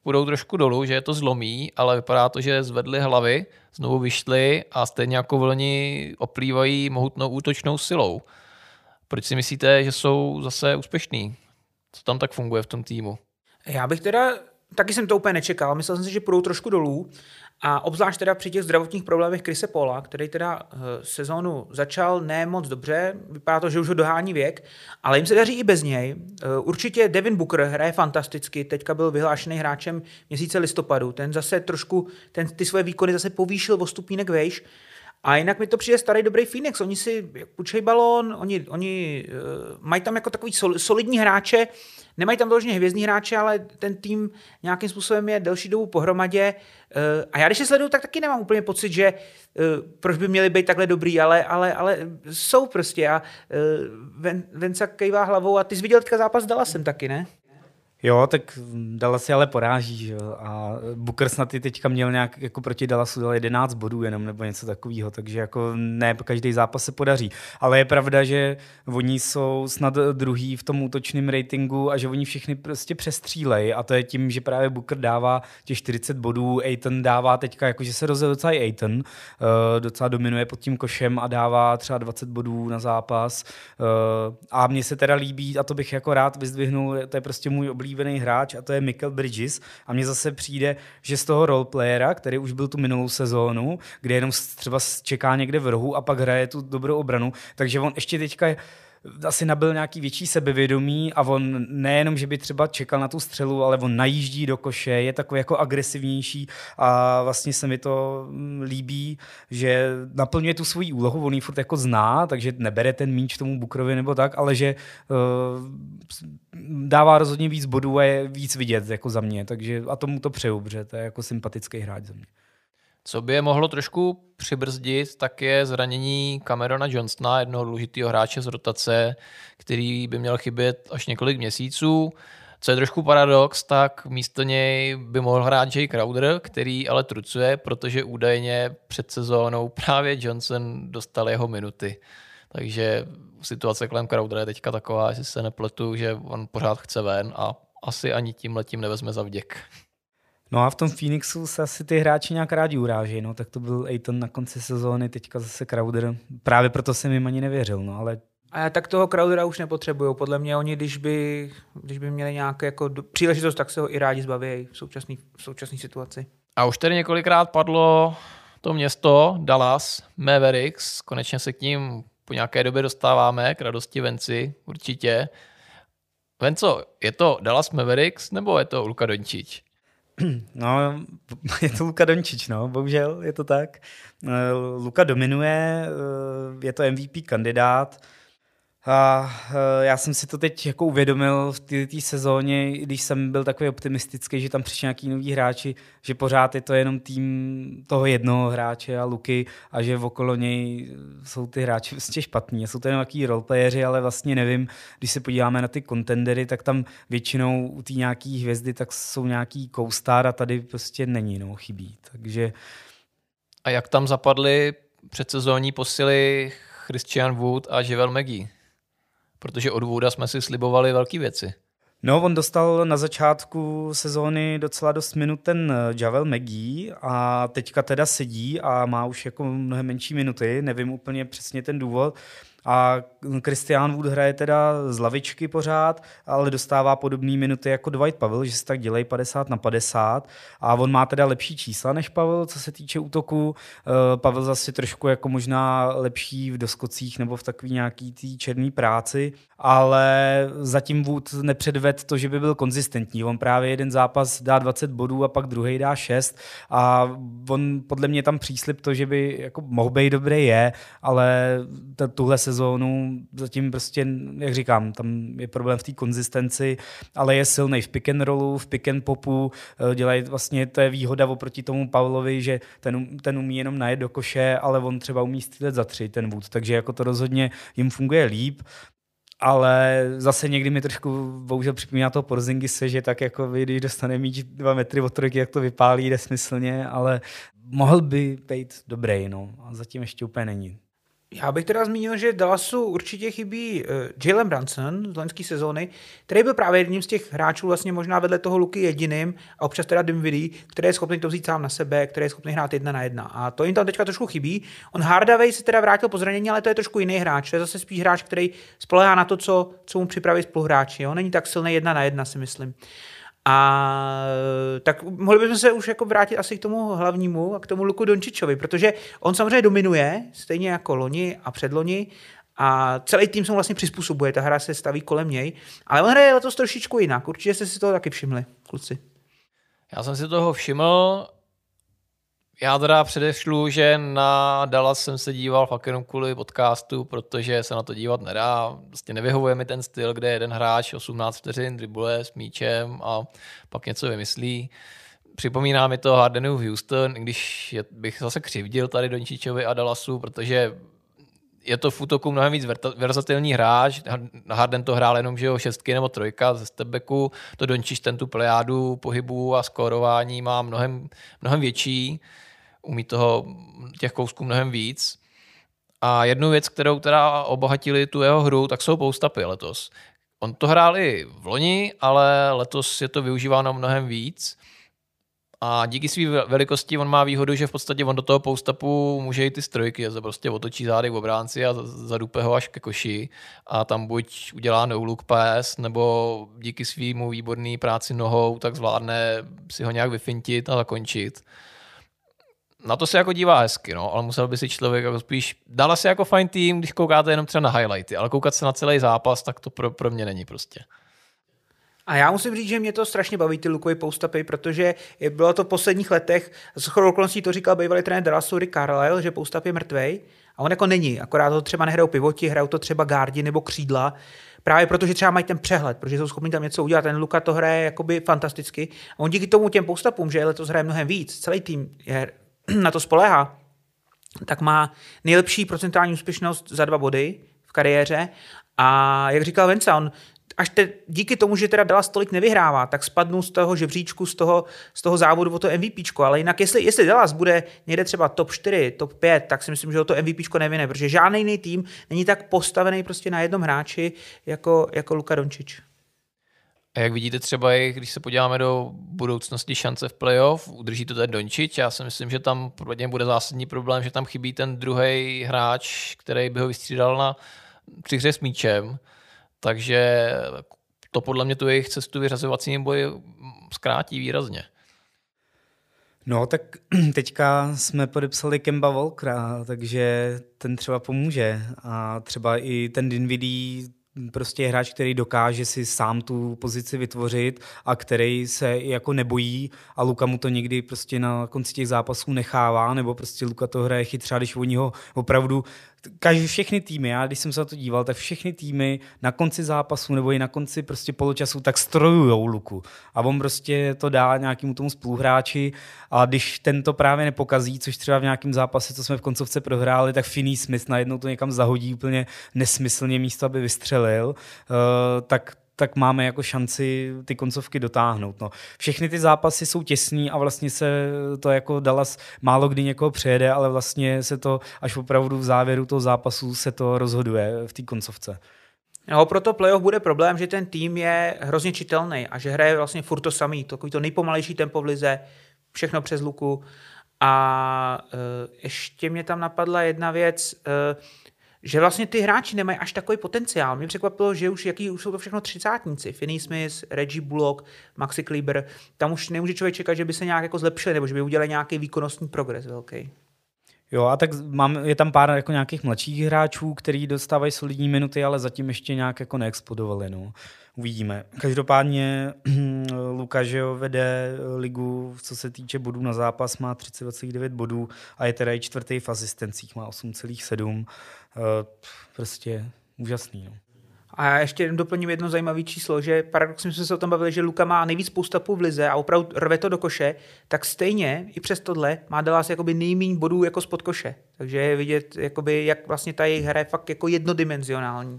půjdou trošku dolů, že je to zlomí, ale vypadá to, že zvedli hlavy, znovu vyšli a stejně jako vlni oplývají mohutnou útočnou silou. Proč si myslíte, že jsou zase úspěšní? Co tam tak funguje v tom týmu? Já bych taky jsem to úplně nečekal, myslel jsem si, že půjdou trošku dolů a obzvlášť teda při těch zdravotních problémech Chrise Paula, který teda sezónu začal ne moc dobře, vypadá to, že už ho dohání věk, ale jim se daří i bez něj. Určitě Devin Booker hraje fantasticky, teďka byl vyhlášený hráčem měsíce listopadu, ten zase trošku, ty svoje výkony zase povýšil o stupínek vejš. A jinak mi to přijde starý dobrý Phoenix, oni si půjčejí balón, oni mají tam jako takový solidní hráče, nemají tam doloženě hvězdní hráče, ale ten tým nějakým způsobem je delší dobu pohromadě. A já když je sleduju, tak taky nemám úplně pocit, že proč by měli být takhle dobrý, ale jsou prostě. A Venca kejvá hlavou a ty jsi viděl teďka zápas s Dallasem taky, ne? Jo, tak Dallas si ale poráží, že jo. A Booker snad i teďka měl nějak jako proti Dallasu dal 11 bodů jenom nebo něco takového, takže jako ne každý zápas se podaří. Ale je pravda, že oni jsou snad druhý v tom útočném ratingu a že oni všichni prostě přestřílej a to je tím, že právě Booker dává těch 40 bodů, Ayton dává teďka, jakože se rozjel docela Ayton, docela dominuje pod tím košem a dává třeba 20 bodů na zápas. A mně se teda líbí, a to bych jako rád vyzdvihnul, to je prostě můj oblíbený hráč a to je Mikal Bridges a mně zase přijde, že z toho roleplayera, který už byl tu minulou sezónu, kde jenom třeba čeká někde v rohu a pak hraje tu dobrou obranu, takže on ještě teďka asi nabyl nějaký větší sebevědomí a on nejenom, že by třeba čekal na tu střelu, ale on najíždí do koše, je takový jako agresivnější a vlastně se mi to líbí, že naplňuje tu svoji úlohu, on ji furt jako zná, takže nebere ten míč tomu Bookerovi nebo tak, ale že dává rozhodně víc bodů a je víc vidět jako za mě, takže a tomu to přeju, protože to je jako sympatický hráč za mě. Co by je mohlo trošku přibrzdit, tak je zranění Camerona Johnsona, jednoho důležitého hráče z rotace, který by měl chybět až několik měsíců. Co je trošku paradox, tak místo něj by mohl hrát Jay Crowder, který ale trucuje, protože údajně před sezónou právě Johnson dostal jeho minuty. Takže situace kolem Crowdera je teďka taková, že se nepletu, že on pořád chce ven a asi ani tímhletím nevezme za vděk. No a v tom Phoenixu se asi ty hráči nějak rádi urážejí, no, tak to byl Ayton na konci sezóny, teďka zase Crowder. Právě proto jsem jim ani nevěřil, no, ale... A tak toho Crowdera už nepotřebujou. Podle mě oni, když by měli nějaké jako příležitost, tak se ho i rádi zbaví v současné situaci. A už tady několikrát padlo to město Dallas Mavericks. Konečně se k ním po nějaké době dostáváme, k radosti Venci, určitě. Venco, je to Dallas Mavericks nebo je to Luka Dončić? No, je to Luka Dončić, no, bohužel je to tak. Luka dominuje, je to MVP kandidát. A já jsem si to teď jako uvědomil v té sezóně, když jsem byl takový optimistický, že tam přišli nějaký noví hráči, že pořád je to jenom tým toho jednoho hráče a Luky a že okolo něj jsou ty hráči vlastně špatní. Jsou to jenom nějaký roleplayeři, ale vlastně nevím, když se podíváme na ty contendery, tak tam většinou u té nějaký hvězdy tak jsou nějaký co-star a tady prostě není, no, chybí. Takže... A jak tam zapadly předsezónní posily Christian Wood a Javel McGee? Protože od Wooda jsme si slibovali velké věci. No, on dostal na začátku sezóny docela dost minut ten Javel McGee a teďka teda sedí a má už jako mnohem menší minuty, nevím úplně přesně ten důvod. A Christian Wood hraje teda z lavičky pořád, ale dostává podobné minuty jako Dwight Powell, že se tak dělají 50/50 a on má teda lepší čísla než Powell, co se týče útoku. Powell zase trošku jako možná lepší v doskocích nebo v takový nějaký tý černý práci, ale zatím Wood nepředved to, že by byl konzistentní. On právě jeden zápas dá 20 bodů a pak druhý dá 6 a on podle mě tam příslib to, že by jako mohl být dobrý je, ale tuhle sezónu zatím prostě, jak říkám, tam je problém v té konzistenci, ale je silnej v pick and rollu, v pick and popu, dělají vlastně, to je výhoda oproti tomu Pavlovi, že ten umí jenom najet do koše, ale on třeba umí střílet za 3, ten Wood, takže jako to rozhodně jim funguje líp. Ale zase někdy mi trošku bohužel připomíná toho Porzingise, že tak jako když dostane míč 2 metry od trojky, jak to vypálí nesmyslně, ale mohl by být dobrý, no. A zatím ještě úplně není. Já bych teda zmínil, že Dallasu určitě chybí Jalen Brunson z loňské sezóny, který byl právě jedním z těch hráčů vlastně možná vedle toho Luky jediným a občas teda Dinwiddie, který je schopný to vzít sám na sebe, který je schopný hrát 1-1. A to jim tam teďka trošku chybí. On Hardaway se teda vrátil po zranění, ale to je trošku jiný hráč. To je zase spíš hráč, který spoléhá na to, co mu připraví spoluhráči. On není tak silný 1-1, si myslím. A tak mohli bychom se už jako vrátit asi k tomu hlavnímu a k tomu Luku Dončičovi, protože on samozřejmě dominuje, stejně jako loni a předloni, a celý tým se mu vlastně přizpůsobuje, ta hra se staví kolem něj, ale on hraje letos trošičku jinak, určitě jste si toho taky všimli, kluci. Já jsem si toho všiml, já teda předešlu, že na Dallas jsem se díval fakt jenom kvůli podcastu, protože se na to dívat nedá. Prostě nevyhovuje mi ten styl, kde jeden hráč 18 vteřin dribble s míčem a pak něco vymyslí. Připomíná mi to Hardenův Houston, když bych zase křivdil tady Dončičovi a Dallasu, protože je to v útoku mnohem víc verzatilní hráč. Harden to hrál jenom, že jo, 6 nebo 3 ze stepbacku. To Dončič ten tu plejádu pohybů a skórování má mnohem větší. Umí toho těch kousků mnohem víc. A jednu věc, kterou teda obohatili tu jeho hru, tak jsou post-upy letos. On to hrál i v loni, ale letos je to využíváno mnohem víc. A díky své velikosti on má výhodu, že v podstatě on do toho post-upu může jít ty strojky, že prostě otočí zádek v obránci a zadupe ho až ke koši a tam buď udělá no-look pass, nebo díky svýmu výborný práci nohou, tak zvládne si ho nějak vyfintit a zakončit. Na to se jako dívá hezky, no, ale musel by si člověk jako spíš, dala se jako fajn tým, když koukáte jenom třeba na highlighty, ale koukat se na celý zápas, tak to pro mě není prostě. A já musím říct, že mě to strašně baví, ty Lukovy post-upy, protože bylo to v posledních letech, z shodou okolností to říkal bývalý trenér Dallasu Rick Carlisle, že post-up je mrtvej, a on jako není, akorát to třeba nehrajou pivoti, hrajou to třeba gardi nebo křídla, právě protože třeba mají ten přehled, protože jsou schopni tam něco udělat, ten Luka to hraje jakoby fantasticky a on díky tomu těm post-upům, že letos hraje mnohem víc, celý tým je, na to spoléhá, tak má nejlepší procentuální úspěšnost za 2 body v kariéře a jak říkal Venca, on díky tomu, že teda Dallas tolik nevyhrává, tak spadnou z toho žebříčku, z toho závodu o to MVPčko, ale jinak jestli Dallas bude někde třeba top 4, top 5, tak si myslím, že o to MVPčko nevyne, protože žádný jiný tým není tak postavený prostě na jednom hráči jako Luka Dončič. A jak vidíte třeba, když se podíváme do budoucnosti šance v playoff, udrží to ten Dončič, já si myslím, že tam pro něj bude zásadní problém, že tam chybí ten druhý hráč, který by ho vystřídal při hře s míčem. Takže to podle mě tu jejich cestu vyřazovacím boji zkrátí výrazně. No, tak teďka jsme podepsali Kemba Walkera, takže ten třeba pomůže. A třeba i ten Dinwiddie prostě je hráč, který dokáže si sám tu pozici vytvořit a který se jako nebojí a Luka mu to někdy prostě na konci těch zápasů nechává, nebo prostě Luka to hraje chytře, když oni ho opravdu všechny týmy, já když jsem se na to díval, tak všechny týmy na konci zápasu nebo i na konci prostě poločasu tak strojujou Luku a on prostě to dá nějakému tomu spoluhráči a když ten to právě nepokazí, což třeba v nějakém zápase, co jsme v koncovce prohráli, tak Finney Smith najednou to někam zahodí úplně nesmyslně místo, aby vystřelil, tak máme jako šanci ty koncovky dotáhnout. No. Všechny ty zápasy jsou těsný a vlastně se to jako Dallas málo kdy někoho přejede, ale vlastně se to až opravdu v závěru toho zápasu se to rozhoduje v té koncovce. No, proto playoff bude problém, že ten tým je hrozně čitelný a že hraje vlastně furt to samý, takový to nejpomalejší tempo v lize, všechno přes Luku. A ještě mě tam napadla jedna věc, že vlastně ty hráči nemají až takový potenciál. Mě překvapilo, že už jsou to všechno třicátníci. Finney Smith, Reggie Bullock, Maxi Kleber. Tam už nemůže člověk čekat, že by se nějak jako zlepšili nebo že by udělali nějaký výkonnostní progres velký. Jo, a tak je tam pár jako nějakých mladších hráčů, kteří dostávají solidní minuty, ale zatím ještě nějak jako neexplodovali. No. Uvidíme. Každopádně Luka, že jo, vede ligu, co se týče bodů na zápas, má 30,9 bodů a je teda i 4. v asistencích, má 8,7. Prostě úžasný. No. A já ještě doplním jedno zajímavé číslo, že paradoxně jsme se o tom bavili, že Luka má nejvíc post-upů v lize a opravdu rve to do koše, tak stejně i přes tohle má Dallas jakoby nejméně bodů jako spod koše. Takže je vidět, jakoby, jak vlastně ta jejich hra je fakt jako jednodimenzionální.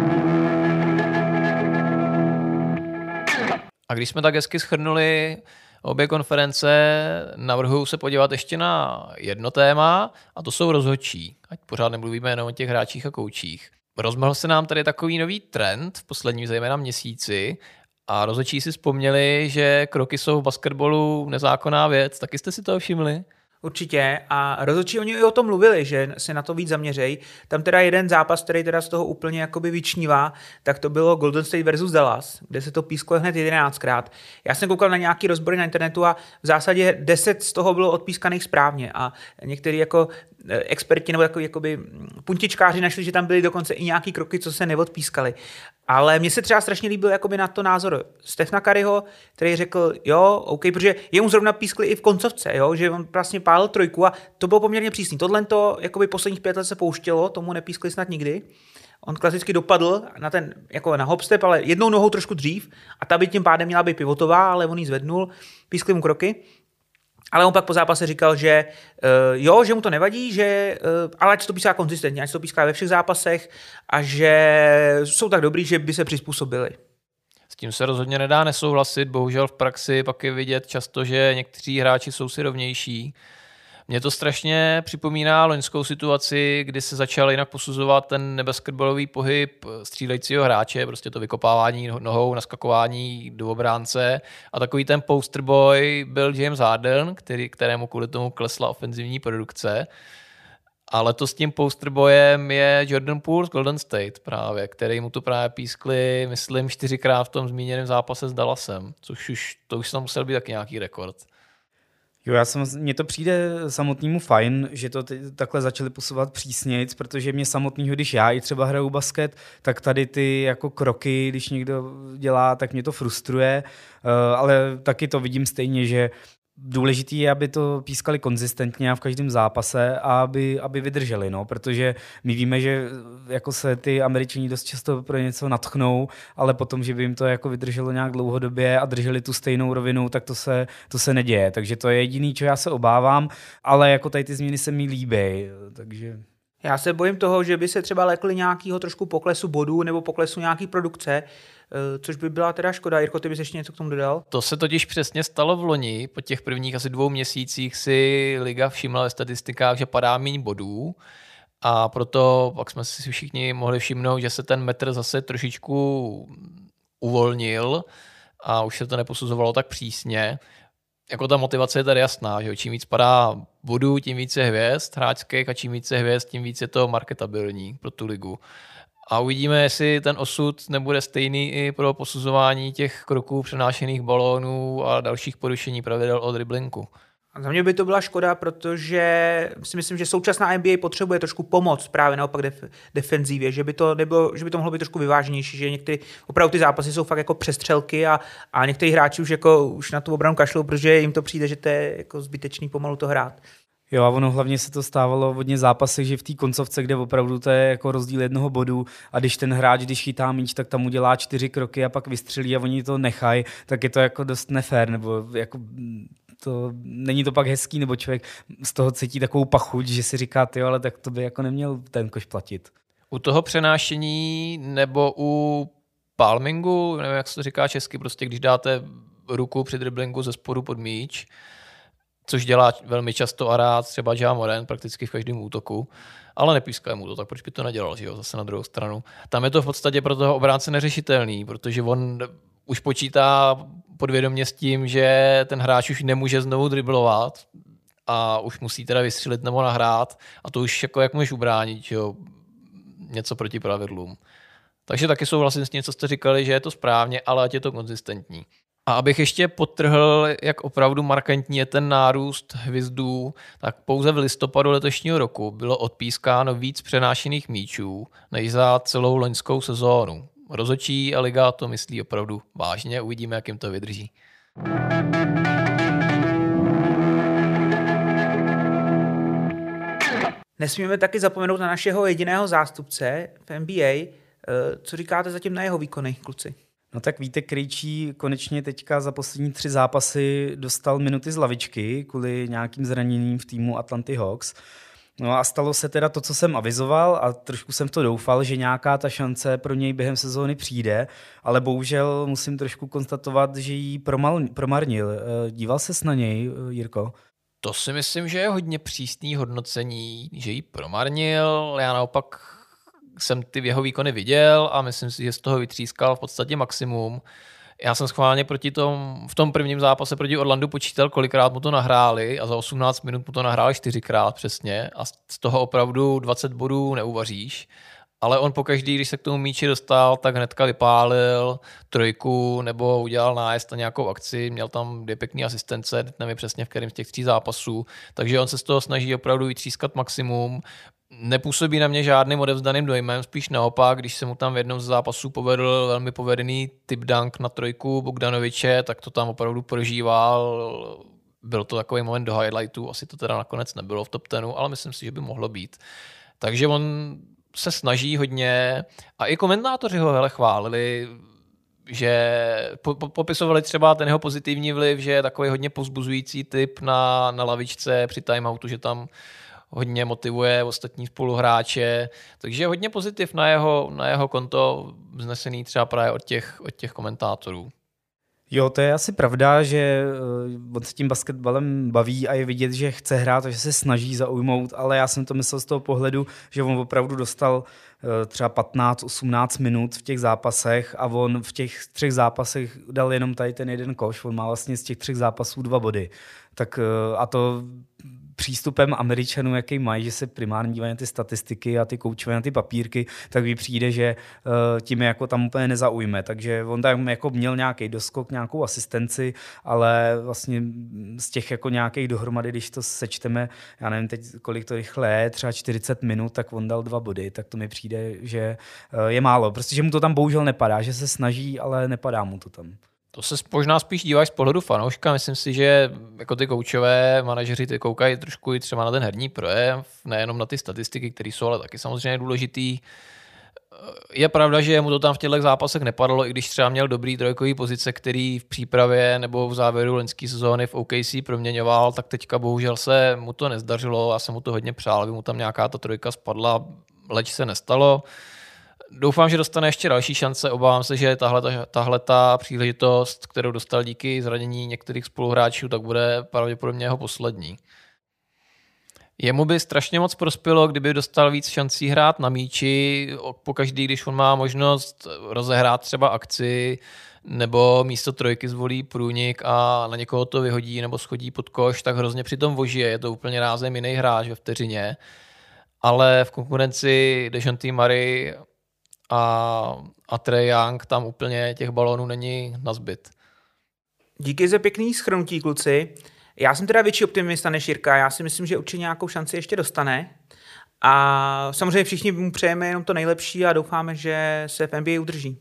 A když jsme tak hezky shrnuli Obě konference navrhují se podívat ještě na jedno téma, a to jsou rozhodčí. Ať pořád nemluvíme jenom o těch hráčích a koučích. Rozmohl se nám tady takový nový trend v posledním zejména měsíci a rozhodčí si vzpomněli, že kroky jsou v basketbalu nezákonná věc. Taky jste si toho všimli? Určitě a rozhodčí oni i o tom mluvili, že se na to víc zaměřejí. Tam teda jeden zápas, který teda z toho úplně jakoby vyčnívá, tak to bylo Golden State versus Dallas, kde se to písklo hned 11krát. Já jsem koukal na nějaký rozbory na internetu a v zásadě 10 z toho bylo odpískaných správně a někteří jako experti nebo jakoby puntičkáři našli, že tam byly dokonce i nějaký kroky, co se neodpískaly. Ale mně se třeba strašně líbil jakoby na to názor Stephena Curryho, který řekl, jo, OK, protože jemu zrovna pískli i v koncovce, jo, že on vlastně pálil trojku a to bylo poměrně přísný. Tohle to jakoby posledních 5 let se pouštělo, tomu nepískli snad nikdy. On klasicky dopadl na ten, jako na hopstep, ale jednou nohou trošku dřív a ta by tím pádem měla být pivotová, ale on ji zvednul, pískli mu kroky. Ale on pak po zápase říkal, že jo, že mu to nevadí, že, ale ať to píská konzistentně, ať to píská ve všech zápasech a že jsou tak dobrý, že by se přizpůsobili. S tím se rozhodně nedá nesouhlasit, bohužel v praxi pak je vidět často, že někteří hráči jsou si rovnější. Mně to strašně připomíná loňskou situaci, kdy se začal jinak posuzovat ten nebasketbalový pohyb střílejícího hráče, prostě to vykopávání nohou, naskakování do obránce a takový ten poster boy byl James Harden, kterému kvůli tomu klesla ofenzivní produkce. A letos tím poster boyem je Jordan Poole z Golden State právě, který mu to právě pískli, myslím, 4krát v tom zmíněném zápase s Dallasem, což už tam musel být taky nějaký rekord. Jo, mně to přijde samotnému fajn, že to takhle začali posouvat přísnějc, protože mě samotného, když já i třeba hraju basket, tak tady ty jako kroky, když někdo dělá, tak mě to frustruje, ale taky to vidím stejně, že důležitý je, aby to pískali konzistentně a v každém zápase a aby vydrželi, no, protože my víme, že jako se ty Američané dost často pro něco nadchnou, ale potom, že by jim to jako vydrželo nějak dlouhodobě a drželi tu stejnou rovinu, tak to se neděje. Takže to je jediný, co já se obávám, ale jako tady ty změny se mi líbí, takže... Já se bojím toho, že by se třeba lekli nějakého trošku poklesu bodů nebo poklesu nějaký produkce, což by byla teda škoda. Jirko, ty bys ještě něco k tomu dodal? To se totiž přesně stalo v loni. Po těch prvních asi 2 měsících si liga všimla ve statistikách, že padá méně bodů a proto pak jsme si všichni mohli všimnout, že se ten metr zase trošičku uvolnil a už se to neposuzovalo tak přísně. Jako ta motivace je tady jasná, že čím víc padá bodů, tím více hvězd hráčských a čím více hvězd, tím víc je to marketabilní pro tu ligu. A uvidíme, jestli ten osud nebude stejný i pro posuzování těch kroků přenášených balónů a dalších porušení pravidel o driblinku. A za mě by to byla škoda, protože si myslím, že současná NBA potřebuje trošku pomoc právě naopak defenzívě, že by to mohlo být trošku vyváženější, že některé opravdu ty zápasy jsou fakt jako přestřelky a někteří hráči už na tu obranu kašlou, protože jim to přijde, že to je jako zbytečný pomalu to hrát. Jo, a ono hlavně se to stávalo v hodně zápasech, že v té koncovce, kde opravdu to je jako rozdíl 1 bodu a když ten hráč, když chytá míč, tak tam udělá 4 kroky a pak vystřelí a oni to nechají, tak je to jako dost nefér, nebo jako není to pak hezký, nebo člověk z toho cítí takovou pachuť, že si říká, jo, ale tak to by jako neměl ten koš platit. U toho přenášení nebo u palmingu, nevím, jak se to říká česky, prostě když dáte ruku při driblingu ze spodu pod míč, což dělá velmi často a rád třeba Ja Morant prakticky v každém útoku, ale nepíská mu to, tak proč by to nedělal, že jo, zase na druhou stranu. Tam je to v podstatě pro toho obránce neřešitelný, protože on už počítá podvědomě s tím, že ten hráč už nemůže znovu driblovat a už musí teda vystřelit nebo nahrát a to už jako jak můžeš ubránit, že jo, něco proti pravidlům. Takže taky souhlasím s tím, co jste říkali, že je to správně, ale ať je to konzistentní. A abych ještě podtrhl, jak opravdu markantní je ten nárůst hvězdů, tak pouze v listopadu letošního roku bylo odpískáno víc přenášených míčů než za celou loňskou sezónu. Rozhodčí a liga to myslí opravdu vážně, uvidíme, jak jim to vydrží. Nesmíme taky zapomenout na našeho jediného zástupce v NBA. Co říkáte zatím na jeho výkony, kluci? No tak Vítek Krejčí konečně teďka za poslední 3 zápasy dostal minuty z lavičky kvůli nějakým zraněním v týmu Atlanty Hawks. No a stalo se teda to, co jsem avizoval a trošku jsem to doufal, že nějaká ta šance pro něj během sezóny přijde, ale bohužel musím trošku konstatovat, že ji promarnil. Díval ses na něj, Jirko? To si myslím, že je hodně přísný hodnocení, že ji promarnil. Já naopak jsem ty jeho výkony viděl a myslím si, že z toho vytřískal v podstatě maximum. Já jsem schválně v tom prvním zápase proti Orlandu počítal, kolikrát mu to nahráli a za 18 minut mu to nahráli 4krát přesně a z toho opravdu 20 bodů neuvaříš. Ale on pokaždý, když se k tomu míči dostal, tak hnedka vypálil trojku nebo udělal nájezd na nějakou akci, měl tam 2 pěkné asistence, nevím přesně v kterém z těch 3 zápasů, takže on se z toho snaží opravdu vytřískat maximum. Nepůsobí na mě žádným odevzdaným dojmem, spíš naopak, když se mu tam v jednom z zápasů povedl velmi povedený tip dunk na trojku Bogdanoviče, tak to tam opravdu prožíval. Byl to takový moment do highlightů, asi to teda nakonec nebylo v top 10, ale myslím si, že by mohlo být. Takže on se snaží hodně a i komentátoři ho chválili, že popisovali třeba ten jeho pozitivní vliv, že je takový hodně povzbuzující typ na lavičce při timeoutu, že tam hodně motivuje ostatní spoluhráče, takže hodně pozitiv na jeho konto vznesený třeba právě od těch komentátorů. Jo, to je asi pravda, že on se tím basketbalem baví a je vidět, že chce hrát a že se snaží zaujmout, ale já jsem to myslel z toho pohledu, že on opravdu dostal třeba 15-18 minut v těch zápasech a on v těch 3 zápasech dal jenom tady ten jeden koš, on má vlastně z těch 3 zápasů 2 body. Tak a to přístupem Američanů, jaký mají, že se primárně dívají na ty statistiky a ty koučují na ty papírky, tak mi přijde, že tím jako tam úplně nezaujme. Takže on tam jako měl nějaký doskok, nějakou asistenci, ale vlastně z těch jako nějakých dohromady, když to sečteme, já nevím teď, kolik to rychle je, třeba 40 minut, tak on dal 2 body, tak to mi přijde, že je málo. Prostě, že mu to tam bohužel nepadá, že se snaží, ale nepadá mu to tam. To se možná spíš díváš z pohledu fanouška. Myslím si, že jako ty koučové, manažeři ty koukají trošku i třeba na ten herní projev, nejenom na ty statistiky, které jsou ale taky samozřejmě důležitý. Je pravda, že mu to tam v těchto zápasech nepadalo, i když třeba měl dobrý trojkový pozice, který v přípravě nebo v závěru loňské sezóny v OKC proměňoval, tak teďka bohužel se mu to nezdařilo. Já jsem mu to hodně přál, aby mu tam nějaká ta trojka spadla, leč se nestalo. Doufám, že dostane ještě další šance. Obávám se, že tahle příležitost, kterou dostal díky zranění některých spoluhráčů, tak bude pravděpodobně jeho poslední. Jemu by strašně moc prospělo, kdyby dostal víc šancí hrát na míči, pokaždý, když on má možnost rozehrát třeba akci, nebo místo trojky zvolí průnik a na někoho to vyhodí nebo schodí pod koš, tak hrozně přitom vožije. Je to úplně rázem jiný hráč ve vteřině. Ale v konkurenci Dejounte Murray a Trae Young tam úplně těch balónů není nazbyt. Díky za pěkný shrnutí, kluci. Já jsem teda větší optimista než Jirka. Já si myslím, že určitě nějakou šanci ještě dostane. A samozřejmě všichni mu přejeme jenom to nejlepší a doufáme, že se v NBA udrží.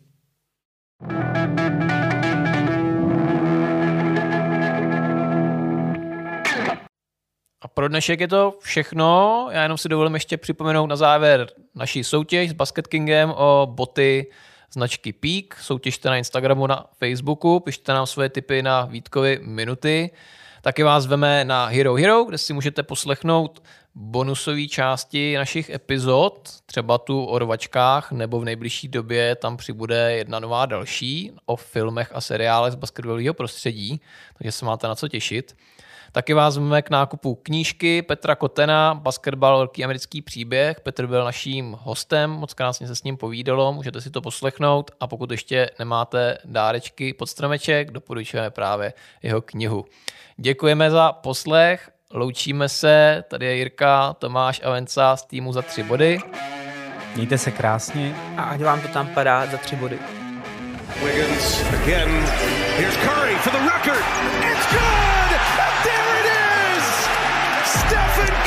A pro dnešek je to všechno. Já jenom si dovolím ještě připomenout na závěr naší soutěž s Basket Kingem o boty značky Peak. Soutěžte na Instagramu, na Facebooku, pište nám svoje tipy na Vítkovy minuty. Taky vás veme na Hero Hero, kde si můžete poslechnout bonusové části našich epizod, třeba tu o rvačkách, nebo v nejbližší době tam přibude jedna nová další o filmech a seriálech z basketbalového prostředí, takže se máte na co těšit. Taky vás veme k nákupu knížky Petra Kotena, Basketbal velký americký příběh. Petr byl naším hostem, moc krásně se s ním povídalo, můžete si to poslechnout a pokud ještě nemáte dárečky pod stromeček, doporučujeme právě jeho knihu. Děkujeme za poslech, loučíme se, tady je Jirka, Tomáš a Venca z týmu Za 3 body. Mějte se krásně. A ať vám to tam padá za 3 body. Wiggins again. Here's Curry for the record. It's good! And there it is! Stephen